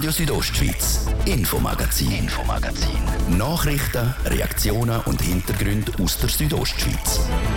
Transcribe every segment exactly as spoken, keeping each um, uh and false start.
Radio Südostschweiz, Infomagazin. Infomagazin. Nachrichten, Reaktionen und Hintergründe aus der Südostschweiz.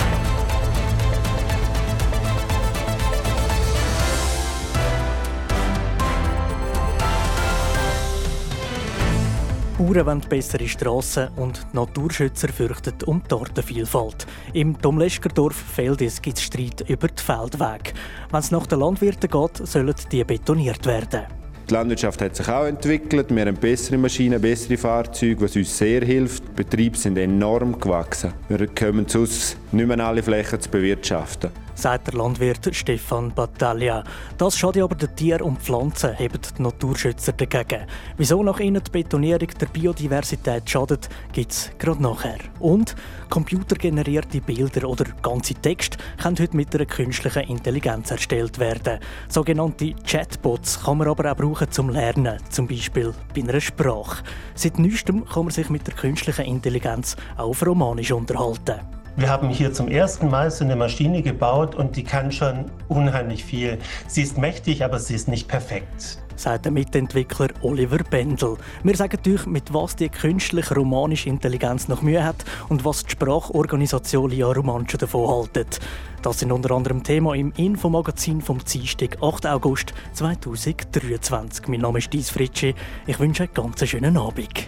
Bauern wollen bessere Strassen und die Naturschützer fürchten um die Artenvielfalt. Im Domleschgerdorf Feldis gibt es Streit über die Feldwege. Wenn es nach den Landwirten geht, sollen die betoniert werden. Die Landwirtschaft hat sich auch entwickelt. Wir haben bessere Maschinen, bessere Fahrzeuge, was uns sehr hilft. Die Betriebe sind enorm gewachsen. Wir kommen sonst nicht mehr alle Flächen zu bewirtschaften. Sagt der Landwirt Stefan Battaglia. Das schadet aber den Tieren und Pflanzen, haben die Naturschützer dagegen. Wieso nach ihnen die Betonierung der Biodiversität schadet, gibt es gerade nachher. Und computergenerierte Bilder oder ganze Texte können heute mit einer künstlichen Intelligenz erstellt werden. Sogenannte Chatbots kann man aber auch brauchen zum Lernen, zum Beispiel bei einer Sprache. Seit neuestem kann man sich mit der künstlichen Intelligenz auch auf Romanisch unterhalten. Wir haben hier zum ersten Mal so eine Maschine gebaut und die kann schon unheimlich viel. Sie ist mächtig, aber sie ist nicht perfekt. Sagt der Mitentwickler Oliver Bendel. Wir sagen euch, mit was die künstliche romanische Intelligenz noch Mühe hat und was die Sprachorganisation Lia Romanche davon halten. Das sind unter anderem Thema im Infomagazin vom Dienstag, achten August zweitausenddreiundzwanzig. Mein Name ist Dies Fritschi. Ich wünsche einen ganz schönen Abend.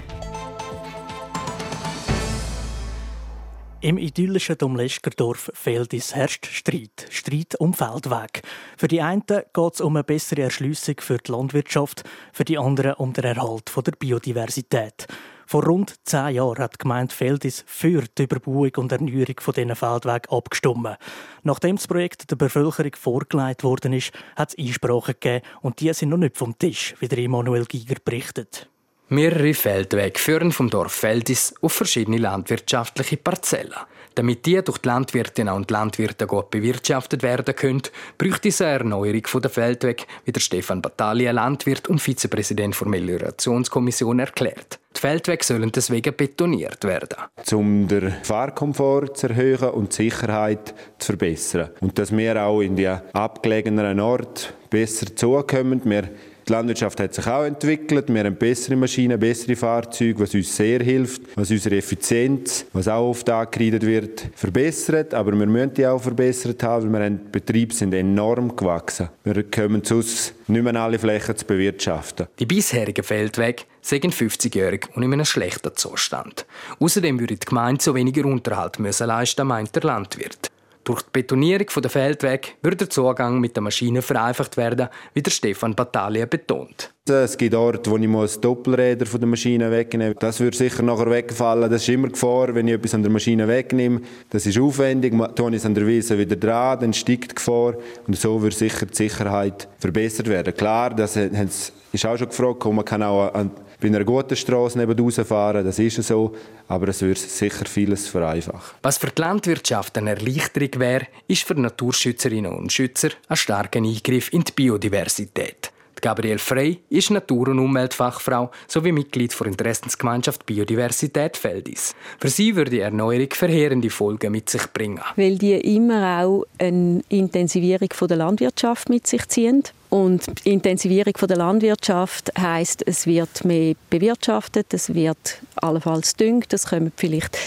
Im idyllischen Domleschgerdorf Feldis herrscht Streit. Streit um Feldweg. Für die einen geht es um eine bessere Erschliessung für die Landwirtschaft, für die anderen um den Erhalt der Biodiversität. Vor rund zehn Jahren hat die Gemeinde Feldis für die Überbauung und Erneuerung dieser Feldwege abgestimmt. Nachdem das Projekt der Bevölkerung vorgelegt worden ist, hat es Einsprachen gegeben und die sind noch nicht vom Tisch, wie der Emanuel Giger berichtet. Mehrere Feldwege führen vom Dorf Feldis auf verschiedene landwirtschaftliche Parzellen. Damit die durch die Landwirtinnen und Landwirte gut bewirtschaftet werden können, bräuchte es eine Erneuerung der Feldwege, wie der Stefan Battaglia, Landwirt und Vizepräsident der Meliorationskommission, erklärt. Die Feldwege sollen deswegen betoniert werden. Um den Fahrkomfort zu erhöhen und die Sicherheit zu verbessern. Und dass wir auch in die abgelegenen Orte besser zukommen. Wir Die Landwirtschaft hat sich auch entwickelt. Wir haben bessere Maschinen, bessere Fahrzeuge, was uns sehr hilft, was unsere Effizienz, was auch oft angekreidet wird, verbessert. Aber wir müssen die auch verbessert haben, weil wir haben, die Betriebe sind enorm gewachsen. Wir kommen sonst nicht mehr alle Flächen zu bewirtschaften. Die bisherigen Feldwege sind fünfzigjährig und in einem schlechten Zustand. Außerdem würde die Gemeinde so weniger Unterhalt müssen leisten, meint der Landwirt. Durch die Betonierung der Feldwege würde der Zugang mit den Maschinen vereinfacht werden, wie der Stefan Battaglia betont. Es gibt Orte, wo ich Doppelräder von der Maschine wegnehmen muss. Das würde sicher nachher wegfallen. Das ist immer Gefahr, wenn ich etwas an der Maschine wegnehme. Das ist aufwendig. Tue ich es an der Wiese wieder dran, dann steigt die Gefahr. Und so würde sicher die Sicherheit verbessert werden. Klar, das ist auch schon gefragt. Man kann auch an bei einer guten Strasse neben rausfahren, das ist so, aber es würde sicher vieles vereinfachen. Was für die Landwirtschaft eine Erleichterung wäre, ist für Naturschützerinnen und Schützer ein starker Eingriff in die Biodiversität. Gabriele Frey ist Natur- und Umweltfachfrau sowie Mitglied der Interessensgemeinschaft Biodiversität Feldis. Für sie würde die Erneuerung verheerende Folgen mit sich bringen. Weil die immer auch eine Intensivierung der Landwirtschaft mit sich ziehen. Und die Intensivierung der Landwirtschaft heisst, es wird mehr bewirtschaftet, es wird allenfalls düngt, es kommen vielleicht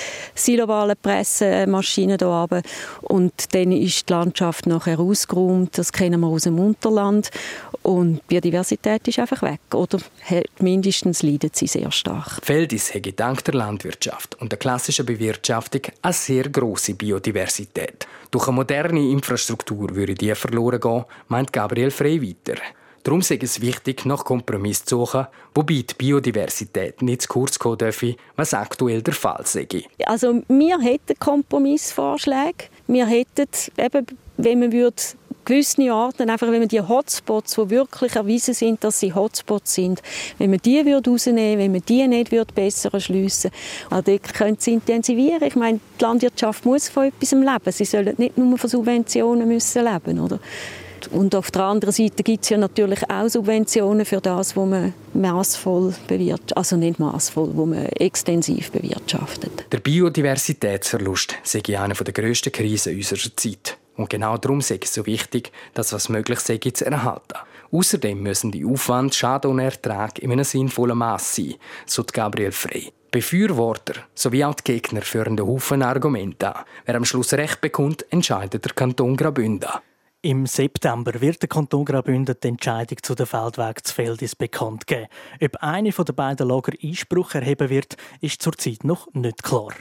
Silowalen-Pressmaschinen hier runter und dann ist die Landschaft nachher ausgeräumt, das kennen wir aus dem Unterland und die Biodiversität ist einfach weg oder mindestens leidet sie sehr stark. Feldis hätte dank der Landwirtschaft und der klassischen Bewirtschaftung eine sehr grosse Biodiversität. Durch eine moderne Infrastruktur würde die verloren gehen, meint Gabriele Frey weiter. Darum ist es wichtig, nach Kompromiss zu suchen, wobei die Biodiversität nicht zu kurz kommen dürfe, was aktuell der Fall sei. Also wir hätten Kompromissvorschläge. Wir hätten, eben, wenn man würde, gewisse Arten, einfach wenn man die Hotspots, die wirklich erwiesen sind, dass sie Hotspots sind, wenn man die würde rausnehmen, wenn man die nicht würde besser erschliessen, also dort könnte sie intensivieren. Ich meine, die Landwirtschaft muss von etwas leben. Sie sollen nicht nur von Subventionen müssen leben, oder? Und auf der anderen Seite gibt es ja natürlich auch Subventionen für das, was man massvoll bewirtschaftet, also nicht massvoll, wo man extensiv bewirtschaftet. Der Biodiversitätsverlust sei eine der grössten Krisen unserer Zeit. Und genau darum sei es so wichtig, dass was möglich sei, zu erhalten. Außerdem müssen die Aufwand, Schaden und Ertrag in einem sinnvollen Maß sein, so Gabriel Frey. Befürworter sowie auch die Gegner führen den Haufen Argumente an. Wer am Schluss Recht bekommt, entscheidet der Kanton Graubünden. Im September wird der Kanton Graubünden die Entscheidung zu den Feldweg zu Veldis bekannt geben. Ob eine der beiden Lager Einspruch erheben wird, ist zurzeit noch nicht klar.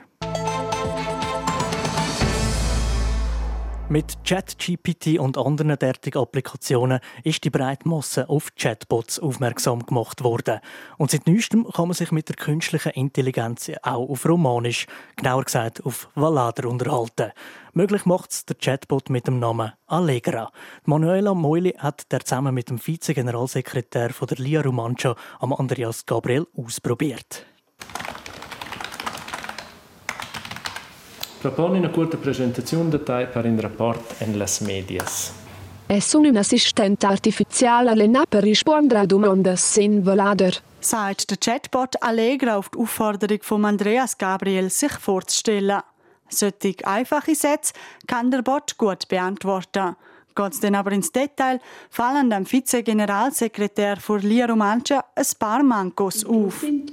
Mit ChatGPT und anderen derartigen Applikationen ist die breite Masse auf Chatbots aufmerksam gemacht worden. Und seit neuestem kann man sich mit der künstlichen Intelligenz auch auf Romanisch, genauer gesagt auf Valader, unterhalten. Möglich macht es der Chatbot mit dem Namen Allegra. Manuela Meuli hat der zusammen mit dem Vize-Generalsekretär der Lia Romancia, Andreas Gabriel, ausprobiert. Propone una corta presentazione da te per il rapporto en las medias. Es un assistent artificial allenato per rispondere a domande in Valader, sagt der Chatbot Allegra auf die Aufforderung von Andreas Gabriel, sich vorzustellen. Solche einfache Sätze kann der Bot gut beantworten. Geht es dann aber ins Detail, fallen dem Vize-Generalsekretär für Lia Romancia ein paar Mankos auf. Die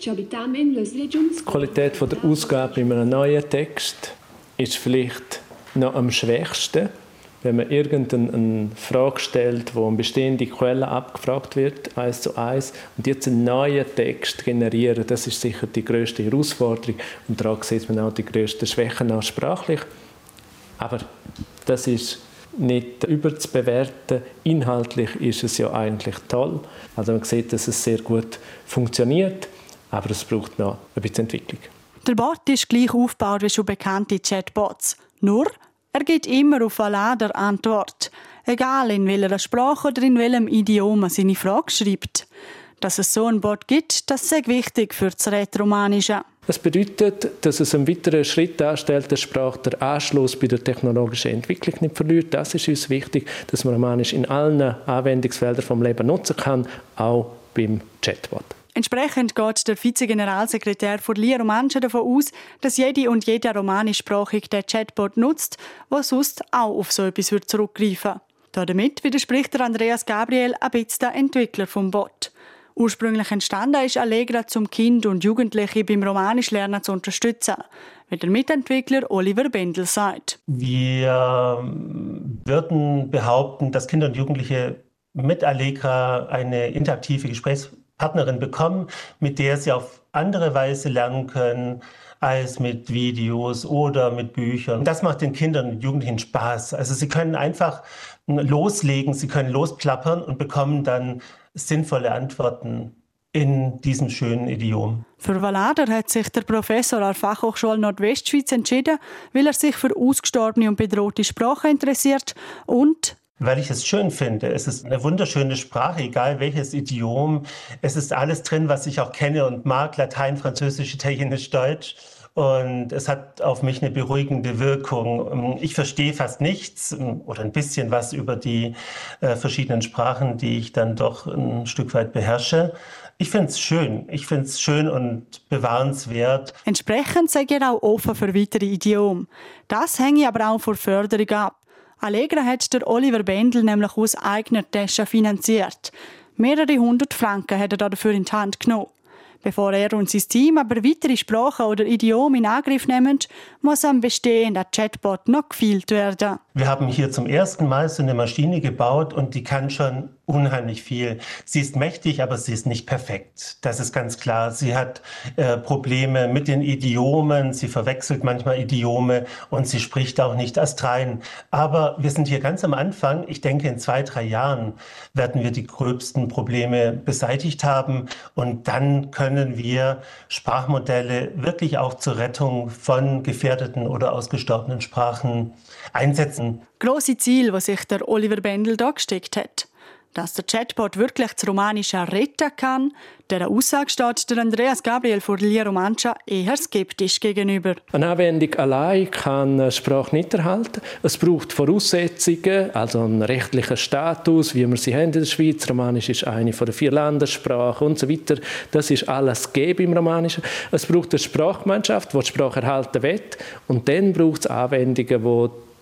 Qualität der Ausgabe in einem neuen Text ist vielleicht noch am schwächsten, wenn man irgendeine Frage stellt, wo eine bestehende Quelle abgefragt wird, eins zu eins, und jetzt einen neuen Text generieren. Das ist sicher die grösste Herausforderung. Und daran sieht man auch die grössten Schwächen auch sprachlich. Aber das ist nicht überzubewerten. Inhaltlich ist es ja eigentlich toll. Also man sieht, dass es sehr gut funktioniert, aber es braucht noch ein bisschen Entwicklung. Der Bot ist gleich aufgebaut wie schon bekannte Chatbots. Nur, er gibt immer auf Valader Antwort. Egal in welcher Sprache oder in welchem Idiom er seine Frage schreibt. Dass es so einen Bot gibt, das ist wichtig für das Rätoromanische. Das bedeutet, dass es einen weiteren Schritt darstellt, dass Sprache der Anschluss bei der technologischen Entwicklung nicht verliert. Das ist uns wichtig, dass man Romanisch in allen Anwendungsfeldern vom Leben nutzen kann, auch beim Chatbot. Entsprechend geht der Vize-Generalsekretär von Lia Romancia davon aus, dass jede und jeder romanischsprachig den Chatbot nutzt, der sonst auch auf so etwas zurückgreifen würde. Damit widerspricht der Andreas Gabriel ein bisschen der Entwickler vom Bot. Ursprünglich entstanden ist Allegra, zum Kind und Jugendliche beim Romanischlernen zu unterstützen, wie der Mitentwickler Oliver Bendel sagt. Wir würden behaupten, dass Kinder und Jugendliche mit Allegra eine interaktive Gesprächspartnerin bekommen, mit der sie auf andere Weise lernen können als mit Videos oder mit Büchern. Das macht den Kindern und Jugendlichen Spaß. Also sie können einfach loslegen, sie können losplappern und bekommen dann sinnvolle Antworten in diesem schönen Idiom. Für Valader hat sich der Professor an der Fachhochschule Nordwestschweiz entschieden, weil er sich für ausgestorbene und bedrohte Sprachen interessiert und weil ich es schön finde. Es ist eine wunderschöne Sprache, egal welches Idiom. Es ist alles drin, was ich auch kenne und mag, Latein, Französisch, Italienisch, Deutsch. Und es hat auf mich eine beruhigende Wirkung. Ich verstehe fast nichts oder ein bisschen was über die äh, verschiedenen Sprachen, die ich dann doch ein Stück weit beherrsche. Ich finde es schön. Ich finde es schön und bewahrenswert. Entsprechend sei er auch offen für weitere Idiome. Das hänge aber auch von Förderung ab. Allegra hat der Oliver Bendel nämlich aus eigener Tasche finanziert. Mehrere hundert Franken hat er dafür in die Hand genommen. Bevor er und sein Team aber weitere Sprachen oder Idiome in Angriff nehmen, muss am bestehenden Chatbot noch gefeilt werden. Wir haben hier zum ersten Mal so eine Maschine gebaut und die kann schon unheimlich viel. Sie ist mächtig, aber sie ist nicht perfekt. Das ist ganz klar. Sie hat äh, Probleme mit den Idiomen. Sie verwechselt manchmal Idiome und sie spricht auch nicht astrein. Aber wir sind hier ganz am Anfang. Ich denke, in zwei, drei Jahren werden wir die gröbsten Probleme beseitigt haben und dann können wir Sprachmodelle wirklich auch zur Rettung von gefährdeten oder ausgestorbenen Sprachen einsetzen. Grosse Ziel, das sich der Oliver Bendel da gesteckt hat. Dass der Chatbot wirklich das Romanische retten kann, dieser Aussage steht der Andreas Gabriel von Lia Romancia eher skeptisch gegenüber. Eine Anwendung allein kann Sprache nicht erhalten. Es braucht Voraussetzungen, also einen rechtlichen Status, wie wir sie haben in der Schweiz. Romanisch ist eine der vier Landessprachen und so weiter. Das ist alles gegeben im Romanischen. Es braucht eine Sprachgemeinschaft, die die Sprache erhalten will. Und dann braucht es Anwendungen, die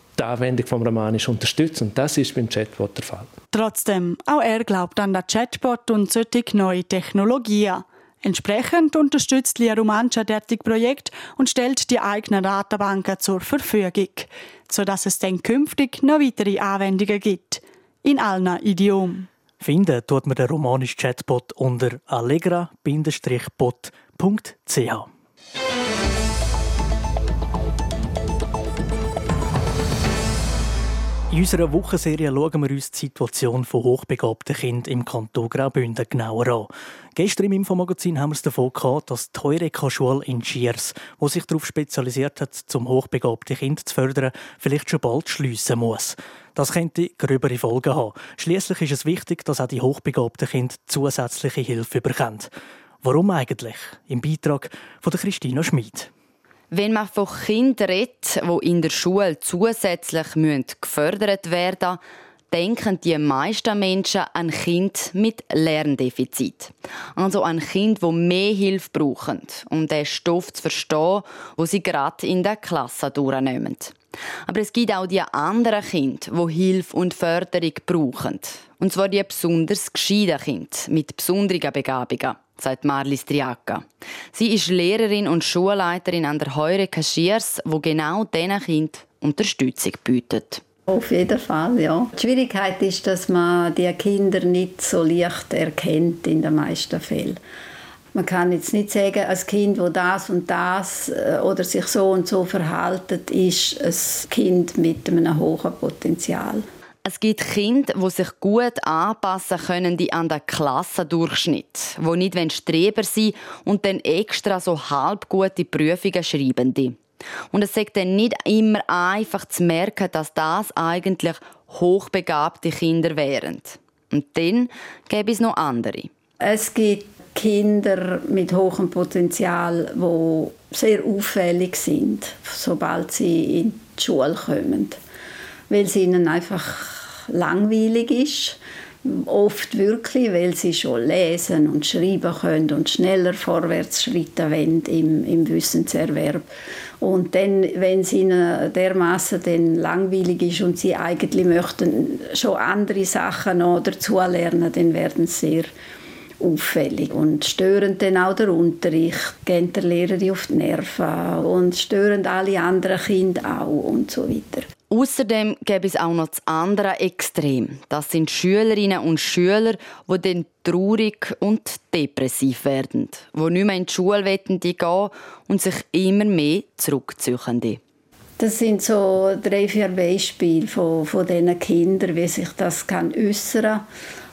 die Anwendung des Romanisch unterstützen. Und das ist beim Chatbot der Fall. Trotzdem, auch er glaubt an den Chatbot und solche neue Technologien. Entsprechend unterstützt Lia Romancia derartige Projekte und stellt die eigenen Datenbanken zur Verfügung, sodass es dann künftig noch weitere Anwendungen gibt. In allen Idiomen. Finden tut man den romanischen Chatbot unter allegra Bindestrich bot punkt c h. In unserer Wochenserie schauen wir uns die Situation von hochbegabten Kindern im Kanton Graubünden genauer an. Gestern im Infomagazin haben wir es davon gehabt, dass die Heureka-Schule in Schiers, die sich darauf spezialisiert hat, um hochbegabte Kinder zu fördern, vielleicht schon bald schliessen muss. Das könnte gröbere Folgen haben. Schliesslich ist es wichtig, dass auch die hochbegabten Kinder zusätzliche Hilfe bekommen. Warum eigentlich? Im Beitrag von Christina Schmid. Wenn man von Kindern redet, die in der Schule zusätzlich gefördert werden müssen, denken die meisten Menschen an Kinder mit Lerndefizit. Also an Kinder, die mehr Hilfe brauchen, um den Stoff zu verstehen, den sie gerade in der Klasse durchnehmen. Aber es gibt auch die anderen Kinder, die Hilfe und Förderung brauchen. Und zwar die besonders gescheiten Kinder mit besonderen Begabungen, sagt Marli Striacca. Sie ist Lehrerin und Schulleiterin an der Heureka Schiers, wo genau diesen Kindern Unterstützung bietet. Auf jeden Fall, ja. Die Schwierigkeit ist, dass man die Kinder nicht so leicht erkennt in den meisten Fällen. Man kann jetzt nicht sagen, ein Kind, das das und das oder sich so und so verhält, ist ein Kind mit einem hohen Potenzial. Es gibt Kinder, die sich gut anpassen können an den Klassendurchschnitt, die nicht Streber sind und dann extra so halb gute Prüfungen schreiben. Und es ist dann nicht immer einfach zu merken, dass das eigentlich hochbegabte Kinder wären. Und dann gäbe es noch andere. Es gibt Kinder mit hohem Potenzial, die sehr auffällig sind, sobald sie in die Schule kommen. Weil es ihnen einfach langweilig ist. Oft wirklich, weil sie schon lesen und schreiben können und schneller vorwärts schreiten wollen im, im Wissenserwerb. Und dann, wenn es ihnen dermassen dann langweilig ist und sie eigentlich möchten schon andere Sachen noch dazu lernen, dann werden sie sehr auffällig und stören dann auch den Unterricht, gehen der Lehrerin auf die Nerven und stören alle anderen Kinder auch und so weiter. Außerdem gäbe es auch noch das andere Extrem. Das sind Schülerinnen und Schüler, die dann traurig und depressiv werden, die nicht mehr in die Schule gehen und sich immer mehr zurückziehen. Das sind so drei, vier Beispiele von, von diesen Kindern, wie sich das kann äußern kann.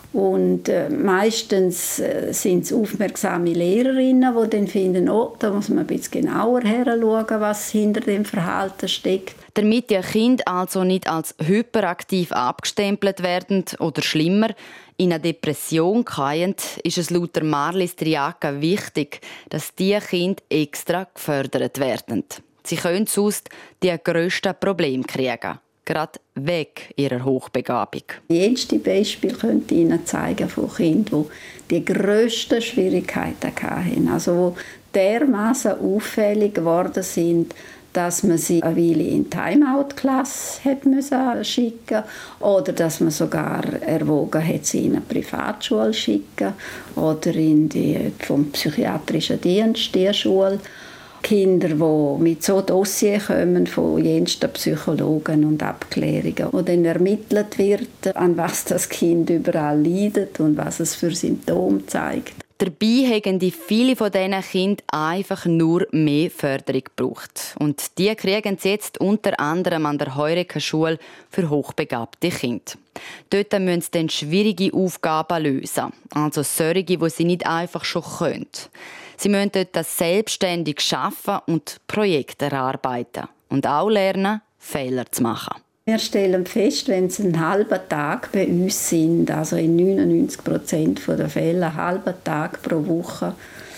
Und äh, meistens äh, sind es aufmerksame Lehrerinnen, die dann finden, oh, da muss man ein bisschen genauer hinschauen, was hinter dem Verhalten steckt. Damit die Kinder also nicht als hyperaktiv abgestempelt werden oder schlimmer, in eine Depression fallen, ist es laut Marli Striacca wichtig, dass diese Kinder extra gefördert werden. Sie können sonst die grössten Probleme kriegen. Gerade weg ihrer Hochbegabung. Jedes Beispiel könnte ich Ihnen zeigen von Kindern, die die grössten Schwierigkeiten hatten. Also die dermassen auffällig geworden sind, dass man sie eine Weile in die Timeout-Klasse schicken musste oder dass man sogar erwogen hat, sie in eine Privatschule zu schicken oder in die vom psychiatrischen Dienst, die Schule. Kinder, die mit so Dossiers kommen von jensten Psychologen und Abklärungen, wo dann ermittelt wird, an was das Kind überall leidet und was es für Symptome zeigt. Dabei haben die viele von diesen Kindern einfach nur mehr Förderung gebraucht. Und die kriegen sie jetzt unter anderem an der Heureka-Schule für hochbegabte Kinder. Dort müssen sie dann schwierige Aufgaben lösen, also solche, die sie nicht einfach schon können. Sie müssen dort selbstständig arbeiten und Projekte erarbeiten und auch lernen, Fehler zu machen. Wir stellen fest, wenn sie einen halben Tag bei uns sind, also in neunundneunzig Prozent der Fälle einen halben Tag pro Woche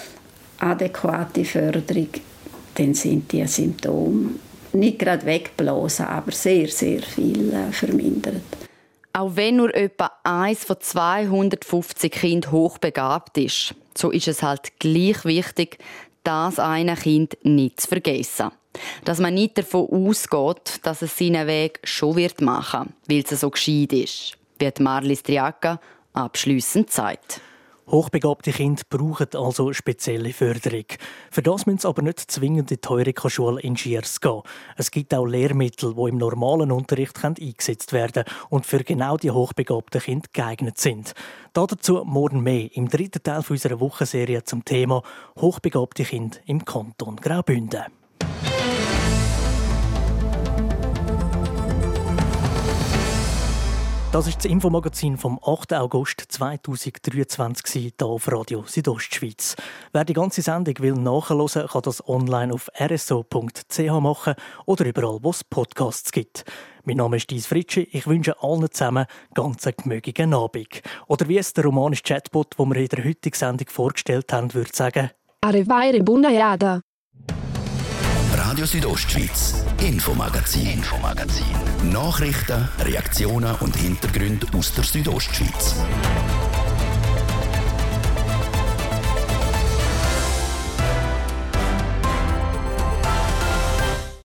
adäquate Förderung, dann sind die Symptome nicht gerade weggeblasen, aber sehr, sehr viel vermindert. Auch wenn nur etwa eins von zweihundertfünfzig Kindern hochbegabt ist, so ist es halt gleich wichtig, das eine Kind nicht zu vergessen. Dass man nicht davon ausgeht, dass es seinen Weg schon wird machen, weil es so gescheit ist, wird Marli Striaca abschliessend sagt. Hochbegabte Kinder brauchen also spezielle Förderung. Für das müssen sie aber nicht zwingend in die Heureka-Schule in Schiers gehen. Es gibt auch Lehrmittel, die im normalen Unterricht eingesetzt werden können und für genau die hochbegabten Kinder geeignet sind. Dazu morgen mehr im dritten Teil unserer Wochenserie zum Thema Hochbegabte Kinder im Kanton Graubünden. Das ist das Infomagazin vom achten August zweitausenddreiundzwanzig hier auf Radio Südostschweiz. Wer die ganze Sendung will nachhören will, kann das online auf r s o punkt c h machen oder überall, wo es Podcasts gibt. Mein Name ist Dies Fritschi. Ich wünsche allen zusammen ganz einen gemögigen Abend. Oder wie es der romanische Chatbot, den wir in der heutigen Sendung vorgestellt haben, würde sagen: Arrivare bunaiada. Radio Südostschweiz, Infomagazin. Infomagazin. Nachrichten, Reaktionen und Hintergründe aus der Südostschweiz.